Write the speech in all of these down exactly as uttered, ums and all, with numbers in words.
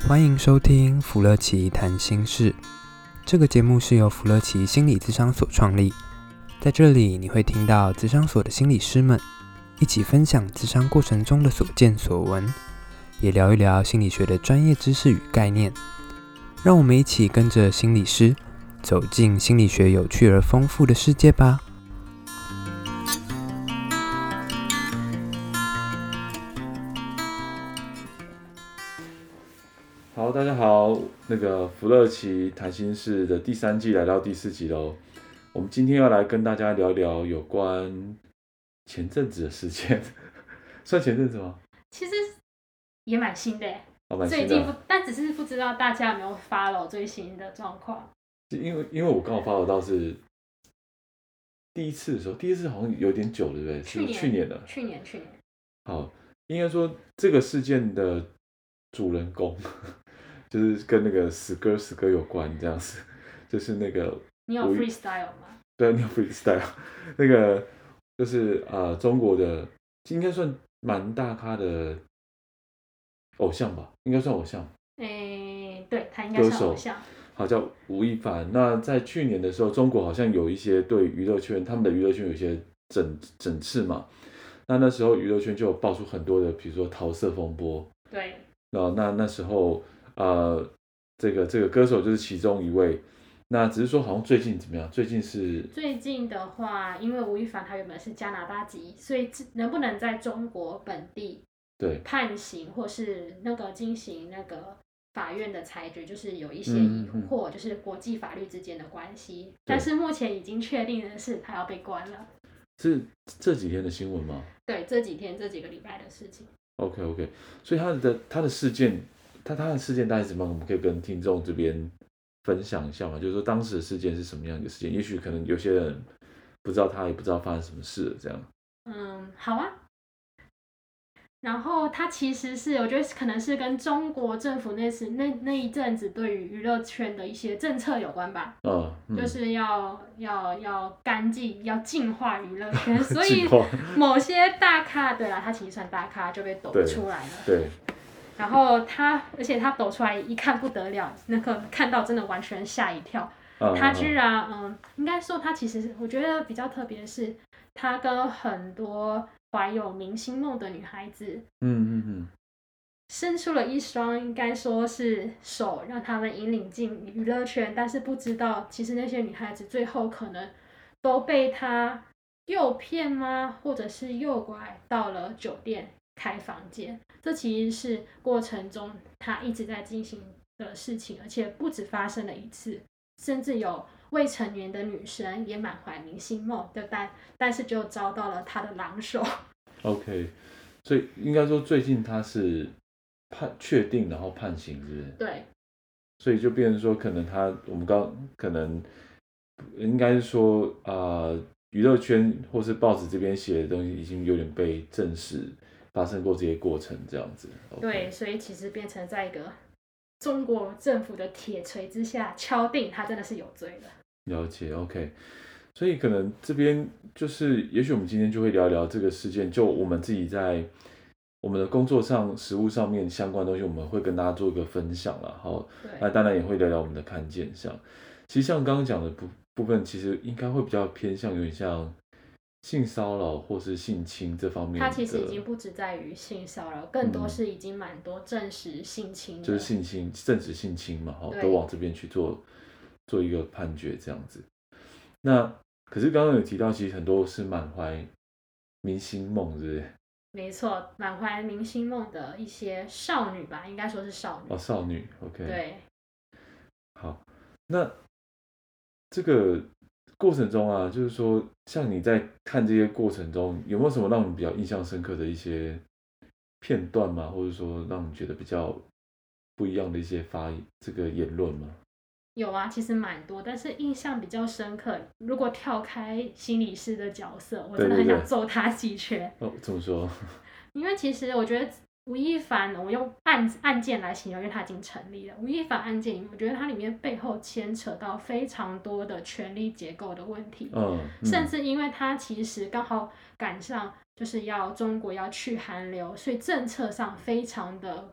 欢迎收听福乐奇谈心事。这个节目是由福乐奇心理咨商所创立，在这里你会听到咨商所的心理师们一起分享咨商过程中的所见所闻，也聊一聊心理学的专业知识与概念。让我们一起跟着心理师走进心理学有趣而丰富的世界吧。 好，大家好，那个福乐奇谈心事的第三季来到第四集喽。我们今天要来跟大家聊聊有关前阵子的事件，算前阵子吗？ 其实也蛮新的耶， 哦，蛮新的。 最近不，但只是不知道大家有没有 follow 最新的状况。 因为因为我刚好 follow 到是第一次的时候，第一次好像有点久了，对不对？ 去年， 是去年的。 去年，去年。 好，应该说这个事件的主人公。就是跟那个死歌死歌有关这样子，就是那个你有 freestyle 吗？ 对，你有 freestyle， 那个就是呃中国的应该算蛮大咖的偶像吧，应该算偶像。 诶，对，他应该是偶像。 好，叫吴亦凡。那在去年的时候，中国好像有一些对娱乐圈，他们的娱乐圈有一些整整治嘛。那那时候娱乐圈就有爆出很多的，比如说桃色风波。 对。 那那那时候。呃，这个这个歌手就是其中一位，那只是说好像最近怎么样？最近是最近的话，因为吴亦凡他原本是加拿大籍，所以能不能在中国本地对判刑或是那个进行那个法院的裁决，就是有一些疑惑，嗯、就是国际法律之间的关系。但是目前已经确定的是，他要被关了。 是这几天的新闻吗？ 对，这几天这几个礼拜的事情。 OK OK， 所以他的他的事件。他他的事件大概怎么样？我们可以跟听众这边分享一下嘛？就是说当时的事件是什么样的事件？也许可能有些人不知道他，也不知道发生什么事了，这样。 嗯，好啊。然后他其实是，我觉得可能是跟中国政府那时那那一阵子对于娱乐圈的一些政策有关吧。 嗯，嗯就是要要要干净，要净化娱乐圈，所以某些大咖，对啦，他其实算大咖，就被抖出来了。 对。对然后他，而且他抖出来一看不得了，那个看到真的完全吓一跳。嗯、他居然，嗯，应该说他其实我觉得比较特别的是，他跟很多怀有明星梦的女孩子， 嗯嗯嗯， 伸出了一双应该说是手，让他们引领进娱乐圈，但是不知道其实那些女孩子最后可能都被他诱骗吗？或者是诱拐到了酒店开房间。这其实是过程中他一直在进行的事情，而且不止发生了一次，甚至有未成年的女生也满怀明星梦的，但但是就遭到了他的狼手。 OK， 所以应该说最近他是判确定，然后判刑，是不是？ 对。 所以就变成说，可能他我们刚可能应该是说啊、呃，娱乐圈或是报纸这边写的东西已经有点被证实。发生过这些过程，这样子。Okay. 对，所以其实变成在一个中国政府的铁锤之下敲定他真的是有罪的。 了解 ，OK。所以可能这边就是，也许我们今天就会聊聊这个事件，就我们自己在我们的工作上、实务上面相关的东西，我们会跟大家做一个分享啦。好，那当然也会聊聊我们的看见上。其实像刚刚讲的部部分，其实应该会比较偏向有点像。性骚扰或是性侵这方面， 它其实已经不只在于性骚扰，更多是已经蛮多证实性侵的、嗯， 就是性侵、证实性侵嘛，都往这边去做做一个判决这样子。那可是刚刚有提到，其实很多是满怀明星梦，是不是？ 没错，满怀明星梦的一些少女吧，应该说是少女。 哦，少女 ，OK。 对。 好，那这个。过程中啊，就是说，像你在看这些过程中，有没有什么让你比较印象深刻的一些片段吗？或者说让你觉得比较不一样的一些发这个言论吗？ 有啊，其实蛮多，但是印象比较深刻。如果跳开心理师的角色，我真的很想揍他几拳。 哦，怎么说？ 因为其实我觉得。吴亦凡，我用案案件来形容，因为它已经成立了。吴亦凡案件，我觉得它里面背后牵扯到非常多的权力结构的问题， 嗯嗯、 甚至因为它其实刚好赶上就是要中国要去韩流，所以政策上非常的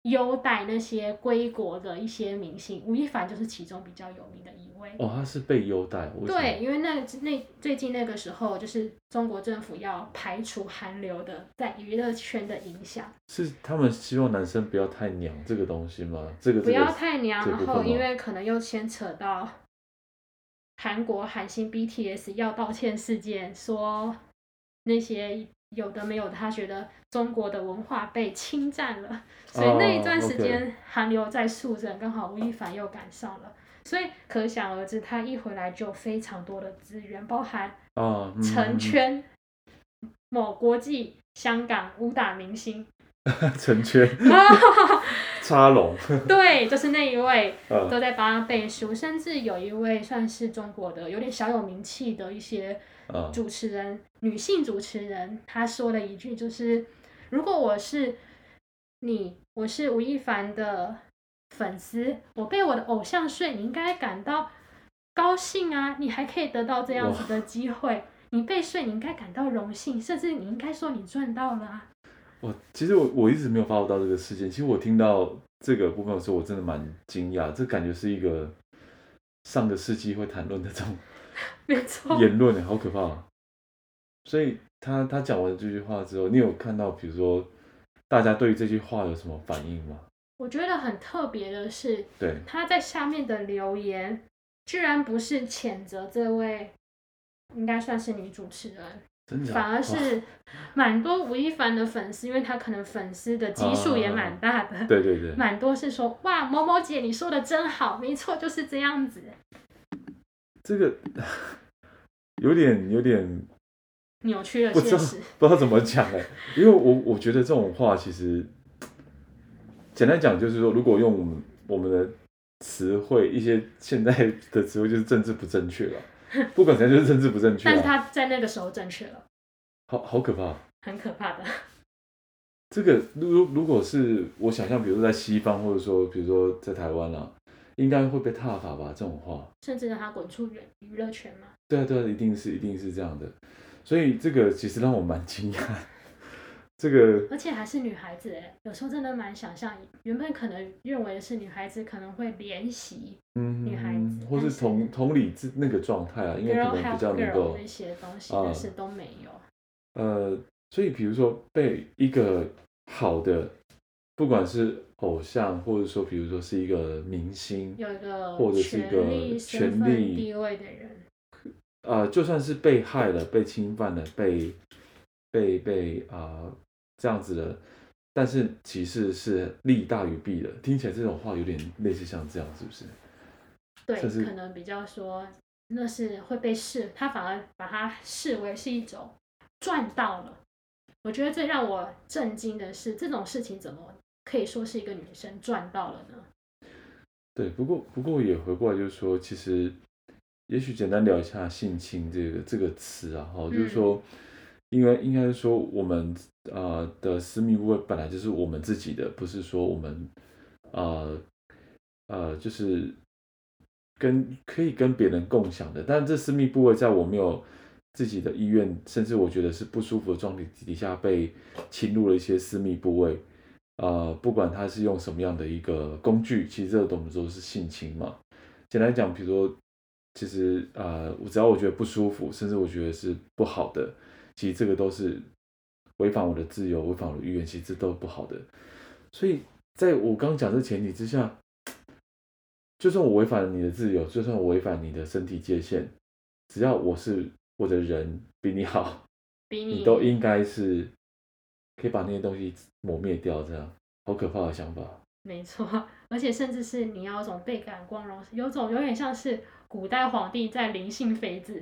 优待那些归国的一些明星，吴亦凡就是其中比较有名的一位。 哦，他是被优待， 对，因为那那最近那个时候，就是中国政府要排除韩流的在娱乐圈的影响， 是他们希望男生不要太娘这个东西吗？这个不要太娘， 这个、 然后因为可能又牵扯到韩国韩星 B T S 要道歉事件，说那些有的没有的，他觉得中国的文化被侵占了，所以那一段时间韩流在速整，刚好吴亦凡又赶上了。所以可想而知，他一回来就非常多的资源，包含成圈、嗯、某国际香港武打明星， 成圈，插龙， 对，就是那一位都在帮他背书，甚至有一位算是中国的有点小有名气的一些主持人，嗯、女性主持人，她说了一句，就是如果我是你，我是吴亦凡的粉丝，我被我的偶像睡，你应该感到高兴啊！你还可以得到这样子的机会，你被睡，你应该感到荣幸，甚至你应该说你赚到了啊！ 我其实我我一直没有发 o 到这个事件，其实我听到这个部分的时候，我真的蛮惊讶，这感觉是一个上个世纪会谈论的这种没错言论，好可怕、啊。所以他他讲完这句话之后，你有看到比如说大家对于这句话有什么反应吗？ 我觉得很特别的是， 对， 他在下面的留言居然不是谴责这位应该算是女主持人， 真的反而是蛮多吴亦凡的粉丝，因为他可能粉丝的基数也蛮大的， 啊、对对对， 蛮多是说哇某某姐你说的真好，没错就是这样子。 这个有点有点扭曲了现实， 不知道怎么讲哎，因为我我觉得这种话其实。简单讲就是说，如果用我们我们的词汇，一些现在的词汇就是政治不正确了，不管怎样就是政治不正确、啊。 但是他在那个时候正确了， 好好可怕， 很可怕的。 这个如如果是我想象，比如说在西方，或者说比如说在台湾啦，应该会被挞伐吧？这种话， 甚至让他滚出娱乐圈嘛？ 对啊对啊，一定是一定是这样的。所以这个其实让我蛮惊讶。这个， 而且还是女孩子哎，有时候真的蛮想象，原本可能认为是女孩子可能会怜惜女孩子， 嗯、或是同同理那个状态啊，因为可能比较能够那些东西，但是都没有。 呃，所以比如说被一个好的，不管是偶像，或者说比如说是一个明星， 有一个或者是一个权力地位的人， 呃，就算是被害了、被侵犯了、被被被啊。呃这样子的，但是其实是利大于弊的，听起来这种话有点类似像这样，是不是？ 对，可能比较说那是会被视，他反而把它视为是一种赚到了。我觉得最让我震惊的是，这种事情怎么可以说是一个女生赚到了呢？ 对，不过不过也回过来就是说，其实也许简单聊一下性侵这个这个词啊，哈、嗯，就是说。因为应该是说我们呃的私密部位本来就是我们自己的，不是说我们呃呃就是跟可以跟别人共享的。但这私密部位在我没有自己的意愿，甚至我觉得是不舒服的状态底下被侵入了一些私密部位，呃，不管它是用什么样的一个工具，其实这个我们说是性侵嘛。简单讲，比如说，其实呃，只要我觉得不舒服，甚至我觉得是不好的。其实这个都是违反我的自由，违反我的意愿，其实这都不好的。所以在我刚讲这前提之下，就算我违反了你的自由，就算我违反你的身体界限，只要我是我的人比你好， 比你, 你都应该是可以把那些东西抹灭掉，这样好可怕的想法。 没错，而且甚至是你要有种倍感光荣，有种有点像是古代皇帝在临幸妃子。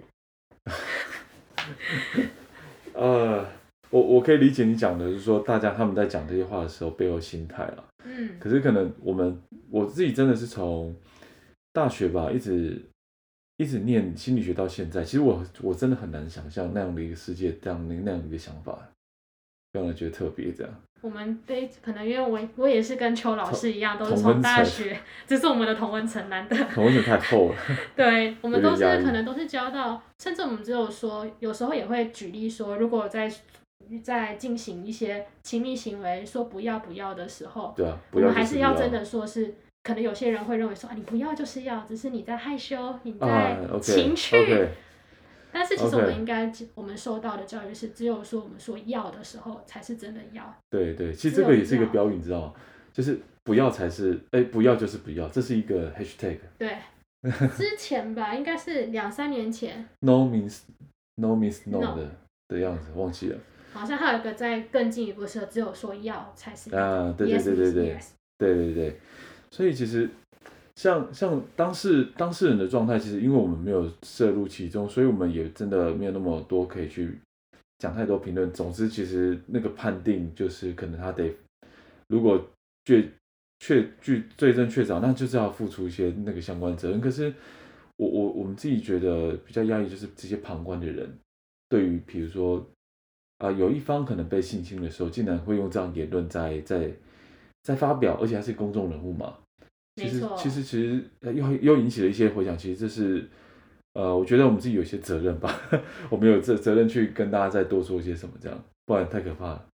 呃，我我可以理解你讲的，就是说大家他们在讲这些话的时候背后心态啦。 嗯。 可是可能我们我自己真的是从大学吧，一直一直念心理学到现在，其实我我真的很难想象那样的一个世界，这样的那样的一个想法，让人觉得特别这样。 我们对可能因为我我也是跟邱老师一样，都是从大学，这是我们的同温层，难得。 同温层太厚了。 对，我们都是可能都是教到，甚至我们只有说，有时候也会举例说，如果在在进行一些亲密行为，说不要不要的时候， 对啊，不要我们还就是不要是要真的说是，可能有些人会认为说啊，你不要就是要，只是你在害羞，你啊在 ，OK 情趣。 OK， 但是其实我们 OK 应该我们受到的教育是，只有说我们说要的时候才是真的要。 对对，其实只有这个也是一个要标语，你知道吗？就是不要才是，哎，不要就是不要，这是一个 hashtag。 对，之前吧，应该是两三年前， No means no means no No 的的样子，忘记了。 好像还有一个再更进一步是，只有说要才是要啊，对对 yes 对对 means 对 yes。 对对对，所以其实像像当事当事人的状态，其实因为我们没有涉入其中，所以我们也真的没有那么多可以去讲太多评论。总之，其实那个判定就是可能他得，如果确确据罪证确凿，那就是要付出一些那个相关责任。可是我我我们自己觉得比较压抑，就是这些旁观的人，对于比如说啊、呃有一方可能被性侵的时候，竟然会用这样言论在在在发表，而且还是公众人物嘛。其实没错其实其实呃又又引起了一些回响，其实这是呃，我觉得我们自己有些责任吧，我们有责责任去跟大家再多说一些什么，这样不然太可怕了。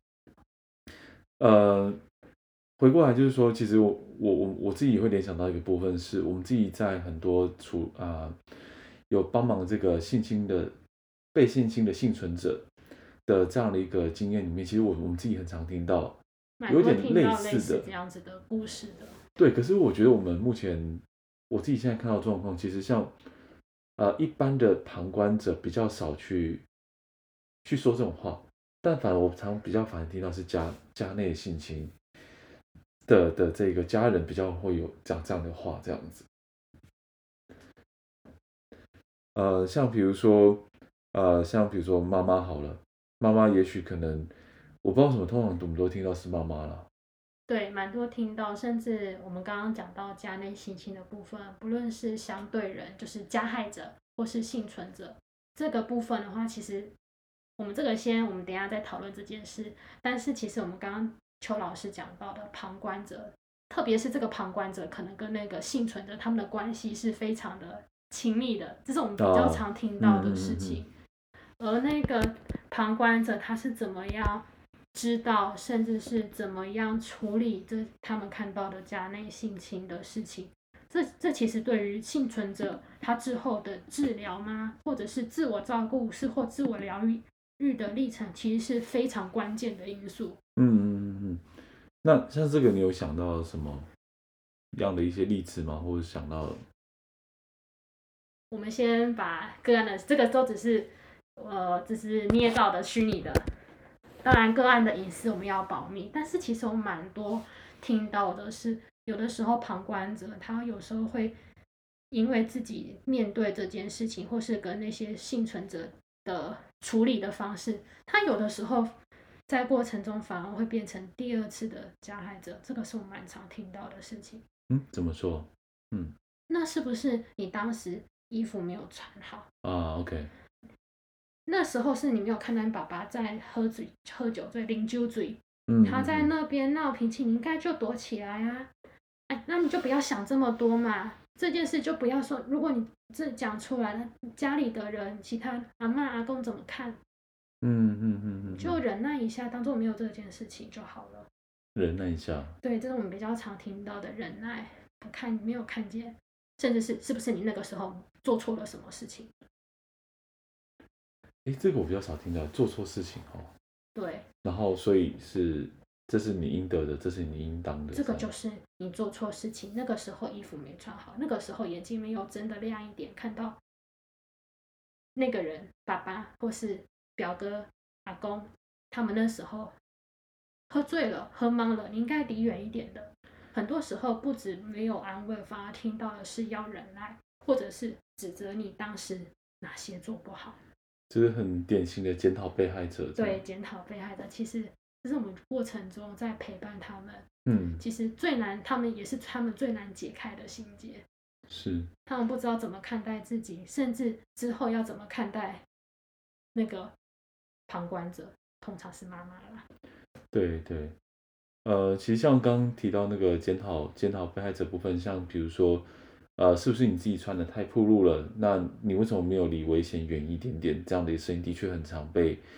呃，回过来就是说，其实我我我我自己也会联想到一个部分，是我们自己在很多处啊、呃、有帮忙这个性侵的被性侵的幸存者的这样的一个经验里面，其实我我们自己很常听到， 蛮有点多听到类似的似这样子的故事的。 对，可是我觉得我们目前我自己现在看到的状况，其实像呃一般的旁观者比较少去去说这种话，但反而我常比较反而听到是家家内性侵的的这个家人比较会有讲这样的话，这样子。呃，像比如说呃，像比如说妈妈好了，妈妈也许可能我不知道为什么，通常我们都听到是妈妈啦。 对，蛮多听到，甚至我们刚刚讲到家内性侵的部分，不论是相对人，就是加害者或是幸存者，这个部分的话，其实我们这个先，我们等一下再讨论这件事。但是其实我们刚刚邱老师讲到的旁观者，特别是这个旁观者，可能跟那个幸存者他们的关系是非常的亲密的，这是我们比较常听到的事情。而那个旁观者他是怎么样知道，甚至是怎么样处理这他们看到的家内性侵的事情，这这其实对于幸存者他之后的治疗吗，或者是自我照顾是或自我疗愈愈的历程，其实是非常关键的因素。 嗯嗯嗯，那像这个你有想到什么样的一些例子吗？或者想到我们先把个案的这个都只是呃只是捏造的虚拟的，当然个案的隐私我们要保密，但是其实我蛮多听到的是，有的时候旁观者他有时候会因为自己面对这件事情，或是跟那些幸存者的处理的方式，他有的时候在过程中反而会变成第二次的加害者，这个是我蛮常听到的事情。 嗯，怎么说？嗯， 那是不是你当时衣服没有穿好啊 ，OK， 那时候是你没有看到你爸爸在喝醉、喝酒醉、啉酒醉， 嗯， 他在那边闹脾气，你应该就躲起来啊！哎，那你就不要想这么多嘛。这件事就不要说，如果你这讲出来了，家里的人、其他阿嬷阿公怎么看？ 嗯嗯嗯嗯， 就忍耐一下，当做没有这件事情就好了。 忍耐一下。 对，这是我们比较常听到的忍耐，不看没有看见，甚至是是不是你那个时候做错了什么事情？ 哎，这个我比较少听到，做错事情哦。 对， 然后所以是这是你应得的，这是你应当的。 这个就是你做错事情，那个时候衣服没穿好，那个时候眼睛没有真的亮一点，看到那个人爸爸或是表哥阿公，他们那时候喝醉了喝懵了，你应该离远一点的。很多时候不止没有安慰，反而听到的是要忍耐，或者是指责你当时哪些做不好。 这是很典型的检讨被害者。 对，检讨被害者，其实这是我们过程中在陪伴他们。 嗯， 其实最难，他们也是他们最难解开的心结。 是， 他们不知道怎么看待自己，甚至之后要怎么看待那个旁观者，通常是妈妈啦。 对对，呃，其实像刚刚提到那个检讨检讨被害者部分，像比如说，呃，是不是你自己穿的太暴露了？那你为什么没有离危险远一点点？这样的声音的确很常被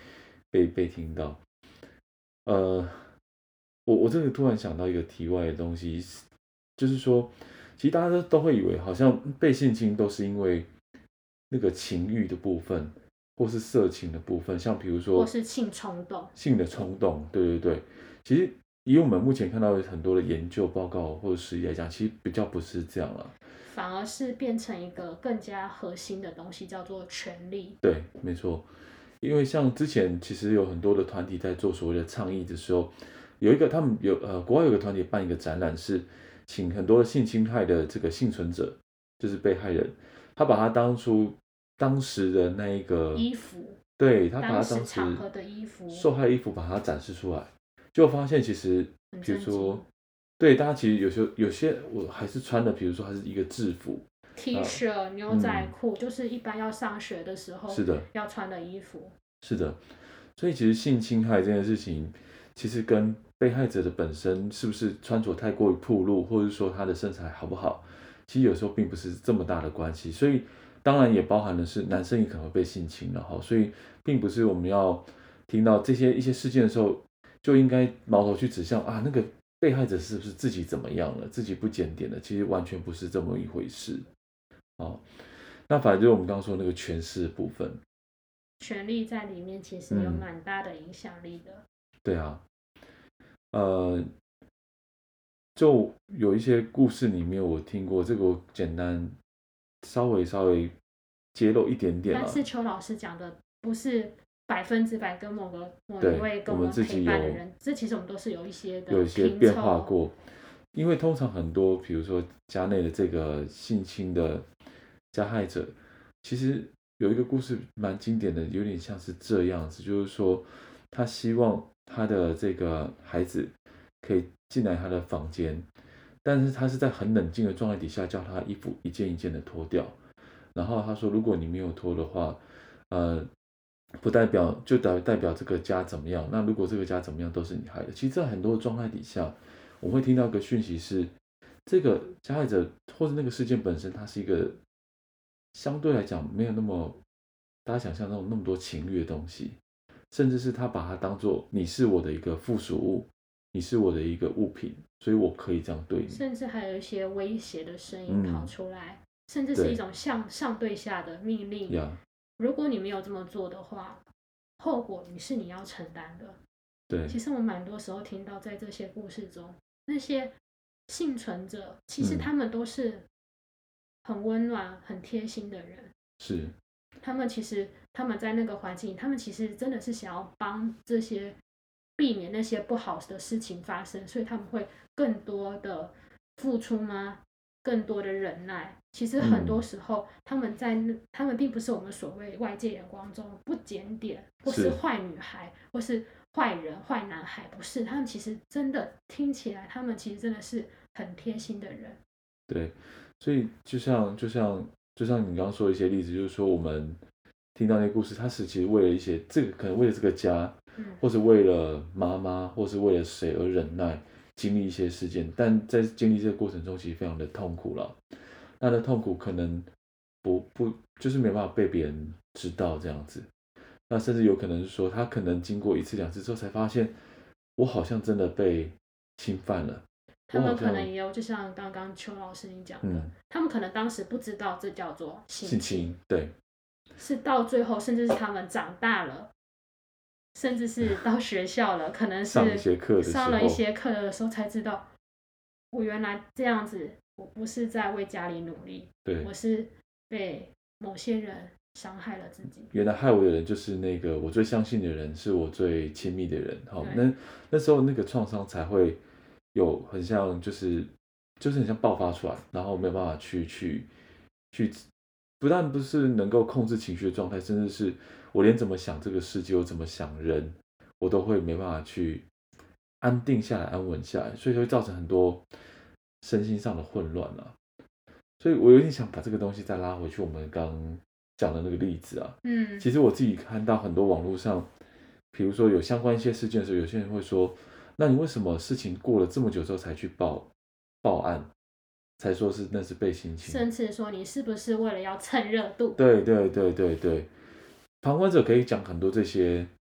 被被听到。呃，我我这个突然想到一个题外的东西，就是说，其实大家都都会以为好像被性侵都是因为那个情欲的部分，或是色情的部分，像比如说或是性冲动， 性的冲动，对对对。其实以我们目前看到的很多的研究报告或者实例来讲，其实比较不是这样了。 反而是变成一个更加核心的东西，叫做权利。 对，没错。因为像之前其实有很多的团体在做所谓的倡议的时候，有一个他们有呃国外有个团体办一个展览，是请很多的性侵害的这个幸存者，就是被害人，他把他当初当时的那一个衣服， 对他把他当时当时场合的衣服， 受害衣服把它展示出来，就发现其实很比如说震惊。 对大家其实有时候有些我还是穿的，比如说它是一个制服， T 啊恤、牛仔裤，就是一般要上学的时候是的， 要穿的衣服。 是的。所以其实性侵害这件事情，其实跟被害者的本身是不是穿着太过于暴露，或者说他的身材好不好，其实有时候并不是这么大的关系。所以当然也包含的是男生也可能会被性侵了哈。所以并不是我们要听到这些一些事件的时候，就应该矛头去指向啊那个被害者是不是自己怎么样了，自己不检点了，其实完全不是这么一回事。哦，那反正就是我们刚刚说的那个权势的部分。 权力在里面其实有蛮大的影响力的。 嗯、对啊，呃，就有一些故事里面我听过，这个我简单稍微稍微揭露一点点啦。 但是邱老师讲的不是百分之百跟某个某一对位跟我们自己陪伴的有人，这其实我们都是有一些的有一些拼变化凑。 过，因为通常很多，比如说家内的这个性侵的加害者，其实有一个故事蛮经典的，有点像是这样子，就是说他希望他的这个孩子可以进来他的房间，但是他是在很冷静的状态底下叫他衣服一件一件的脱掉，然后他说如果你没有脱的话，呃。不代表就代代表这个家怎么样？那如果这个家怎么样，都是你害的。其实，在很多的状态底下，我会听到一个讯息是，这个加害者或者那个事件本身，它是一个相对来讲没有那么大家想象那种那么多情欲的东西，甚至是他把它当做你是我的一个附属物，你是我的一个物品，所以我可以这样对你。 甚至还有一些威胁的声音跑出来， 嗯、 甚至是一种向上对下的命令。 Yeah. 如果你没有这么做的话，后果你是你要承担的。 对， 其实我蛮多时候听到，在这些故事中，那些幸存者，其实他们都是很温暖、很贴心的人。 是， 他们其实他们在那个环境，他们其实真的是想要帮这些避免那些不好的事情发生，所以他们会更多的付出吗？更多的忍耐。其实很多时候，他们在他们并不是我们所谓外界眼光中不检点，或是坏女孩，或是坏人、坏男孩，不是。他们其实真的听起来，他们其实真的是很贴心的人。 对，所以就像就像就像你刚刚说的一些例子，就是说我们听到那些故事，他是其实为了一些这个可能为了这个家， 嗯、 或是为了妈妈，或是为了谁而忍耐。经历一些事件，但在经历这个过程中，其实非常的痛苦了。那的痛苦可能不不就是没办法被别人知道这样子。那甚至有可能是说，他可能经过一次两次之后，才发现我好像真的被侵犯了。 他们可能也有，就像刚刚邱老师你讲的、嗯，他们可能当时不知道这叫做性侵， 性侵，对， 是到最后，甚至是他们长大了。甚至是到学校了，可能是上一些课的时候， 上了一些课的时候才知道，我原来这样子，我不是在为家里努力， 对， 我是被某些人伤害了自己。 原来害我的人就是那个我最相信的人，是我最亲密的人。好，那那时候那个创伤才会有很像，就是就是很像爆发出来，然后没有办法去去去，不但不是能够控制情绪的状态，甚至是。我连怎么想这个世界，我怎么想人，我都会没办法去安定下来、安稳下来，所以会造成很多身心上的混乱啊。所以我有点想把这个东西再拉回去，我们刚讲的那个例子啊。 嗯， 其实我自己看到很多网络上，比如说有相关一些事件的时候，有些人会说：“那你为什么事情过了这么久之后才去报报案？”才说是那是被性侵， 甚至说你是不是为了要蹭热度？ 对对对对对。旁观者可以讲很多这些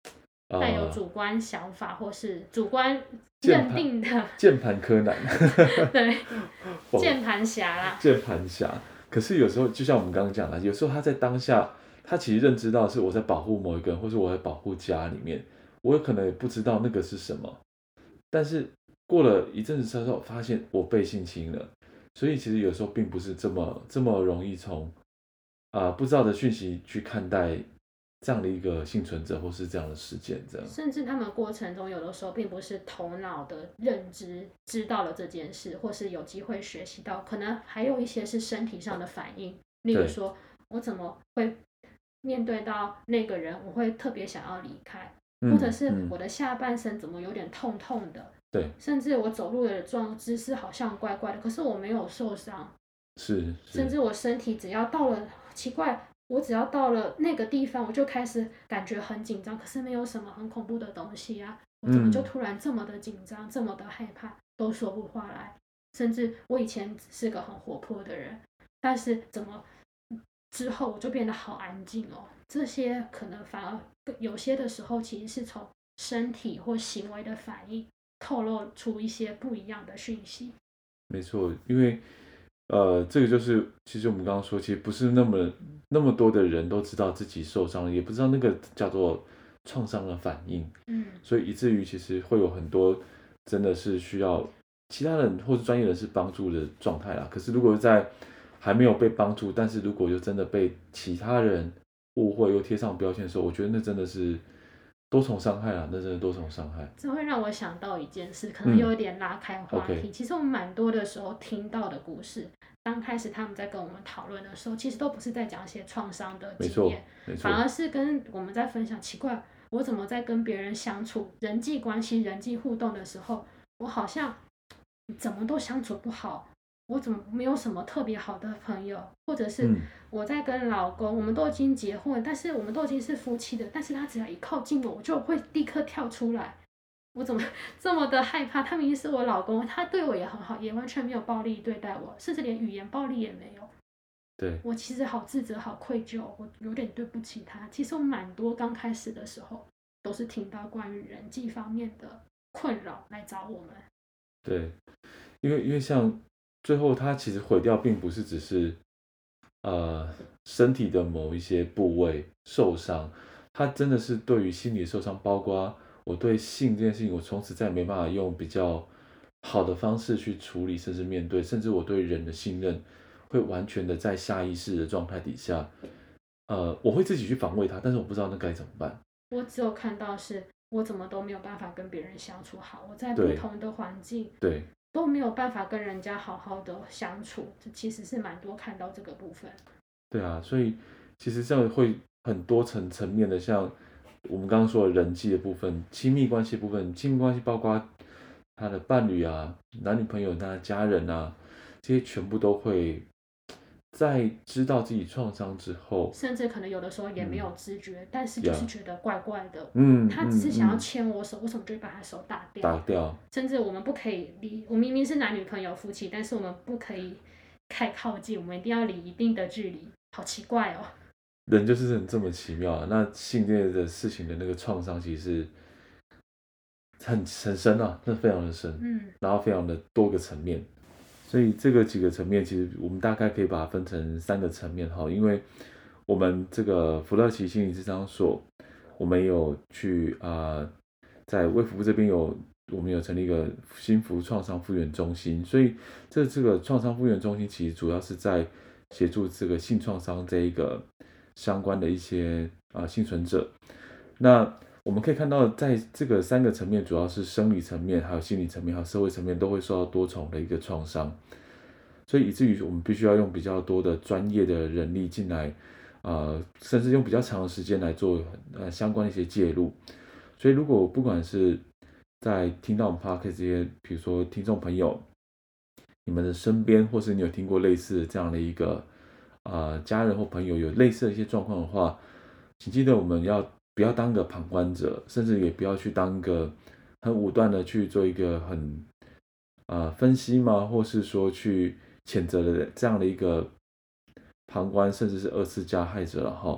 带有呃主观想法或是主观键盘认定的， 键盘柯南， 对， 我键盘侠啦。 键盘侠。可是有时候，就像我们刚刚讲的，有时候他在当下，他其实认知到是我在保护某一个人，或是我在保护家里面，我有可能也不知道那个是什么。但是过了一阵子之后，发现我被性侵了，所以其实有时候并不是这么这么容易从啊、呃不知道的讯息去看待这样的一个幸存者或是这样的事件，这样。 甚至他们过程中有的时候并不是头脑的认知知道了这件事，或是有机会学习到，可能还有一些是身体上的反应，例如说我怎么会面对到那个人，我会特别想要离开， 嗯、 或者是嗯我的下半身怎么有点痛痛的， 对， 甚至我走路的状姿势好像怪怪的，可是我没有受伤， 是是， 甚至我身体只要到了奇怪。我只要到了那个地方，我就开始感觉很紧张，可是没有什么很恐怖的东西啊，我怎么就突然这么的紧张，这么的害怕，都说不话来。甚至我以前是个很活泼的人，但是怎么之后我就变得好安静哦。这些可能反而有些的时候，其实是从身体或行为的反应透露出一些不一样的讯息。 没错，因为呃，这个就是其实我们刚刚说，其实不是那么那么多的人都知道自己受伤了，也不知道那个叫做创伤的反应， 嗯， 所以以至于其实会有很多真的是需要其他人或者专业人士帮助的状态啦。可是如果在还没有被帮助，但是如果就真的被其他人误会又贴上标签的时候，我觉得那真的是多重伤害啊，那真的多重伤害。 这会让我想到一件事，可能有一点拉开话题。 嗯 okay 其实我们蛮多的时候听到的故事，刚开始他们在跟我们讨论的时候，其实都不是在讲一些创伤的经验，反而是跟我们在分享奇怪，我怎么在跟别人相处、人际关系、人际互动的时候，我好像怎么都相处不好。我怎么没有什么特别好的朋友，或者是我在跟老公，我们都已经结婚，但是我们都已经是夫妻的，但是他只要一靠近我，我就会立刻跳出来。我怎么这么的害怕？他明明是我老公，他对我也很好，也完全没有暴力对待我，甚至连语言暴力也没有。 对， 我其实好自责、好愧疚，我有点对不起他。其实我蛮多刚开始的时候，都是听到关于人际方面的困扰来找我们。 对，因为因为像最后他其实毁掉，并不是只是呃身体的某一些部位受伤，他真的是对于心理受伤，包括我对性这件事情，我从此再也没办法用比较好的方式去处理，甚至面对，甚至我对人的信任会完全的在下意识的状态底下，呃，我会自己去防卫他，但是我不知道那该怎么办。 我只有看到是我怎么都没有办法跟别人相处好，我在不同的环境对都没有办法跟人家好好的相处，这其实是蛮多看到这个部分。 对啊，所以其实这样会很多层层面的，像我们刚刚说的人际的部分、亲密关系的部分，亲密关系包括他的伴侣啊、男女朋友、他的家人啊，这些全部都会在知道自己创伤之后， 甚至可能有的时候也没有知觉，嗯、但是就是觉得怪怪的。 嗯， 他只是想要牵我手，为什么就会把他手打掉？ 打掉。 甚至我们不可以离，我明明是男女朋友、夫妻，但是我们不可以太靠近，我们一定要离一定的距离。好奇怪哦。 人就是很这么奇妙啊！那性这的事情的那个创伤，其实是很很深啊，那非常的深， 嗯， 然后非常的多个层面。所以这个几个层面，其实我们大概可以把它分成三个层面哈，因为我们这个弗乐奇心理咨商所，我们有去啊、呃，在卫福部这边有，我们有成立一个心福创伤复原中心，所以这这个创伤复原中心其实主要是在协助这个性创伤这一个相关的一些啊、呃、幸存者。那我们可以看到，在这个三个层面，主要是生理层面、还有心理层面、还有社会层面，都会受到多重的一个创伤，所以以至于我们必须要用比较多的专业的人力进来，呃，甚至用比较长的时间来做呃相关的一些介入。所以如果不管是在听到我们 podcast 这些，比如说听众朋友，你们的身边，或是你有听过类似的这样的一个呃家人或朋友有类似的一些状况的话，请记得我们要不要当个旁观者，甚至也不要去当个很武断的去做一个很呃分析嘛，或是说去谴责的这样的一个旁观，甚至是二次加害者了哈。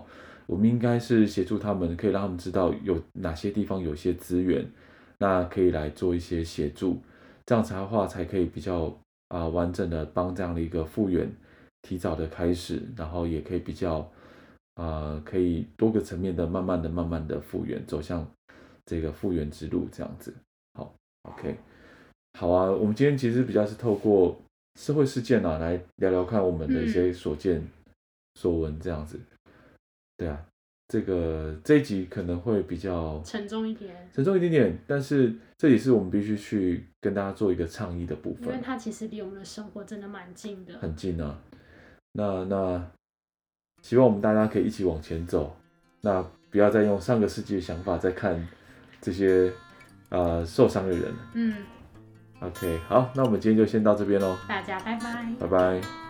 我们应该是协助他们，可以让他们知道有哪些地方有一些资源，那可以来做一些协助，这样子的话才可以比较啊、呃、完整的帮这样的一个复原提早的开始，然后也可以比较啊、呃、可以多个层面的慢慢的慢慢的复原，走向这个复原之路这样子。好 ，OK， 好啊，我们今天其实比较是透过社会事件啊来聊聊看我们的一些所见所闻这样子。对啊，这个这一集可能会比较沉重一点， 沉重一点点，但是这也是我们必须去跟大家做一个倡议的部分， 因为它其实离我们的生活真的蛮近的， 很近啊。那那希望我们大家可以一起往前走，那不要再用上个世纪的想法再看这些呃受伤的人。 嗯 OK， 好，那我们今天就先到这边咯， 大家拜拜， 拜拜。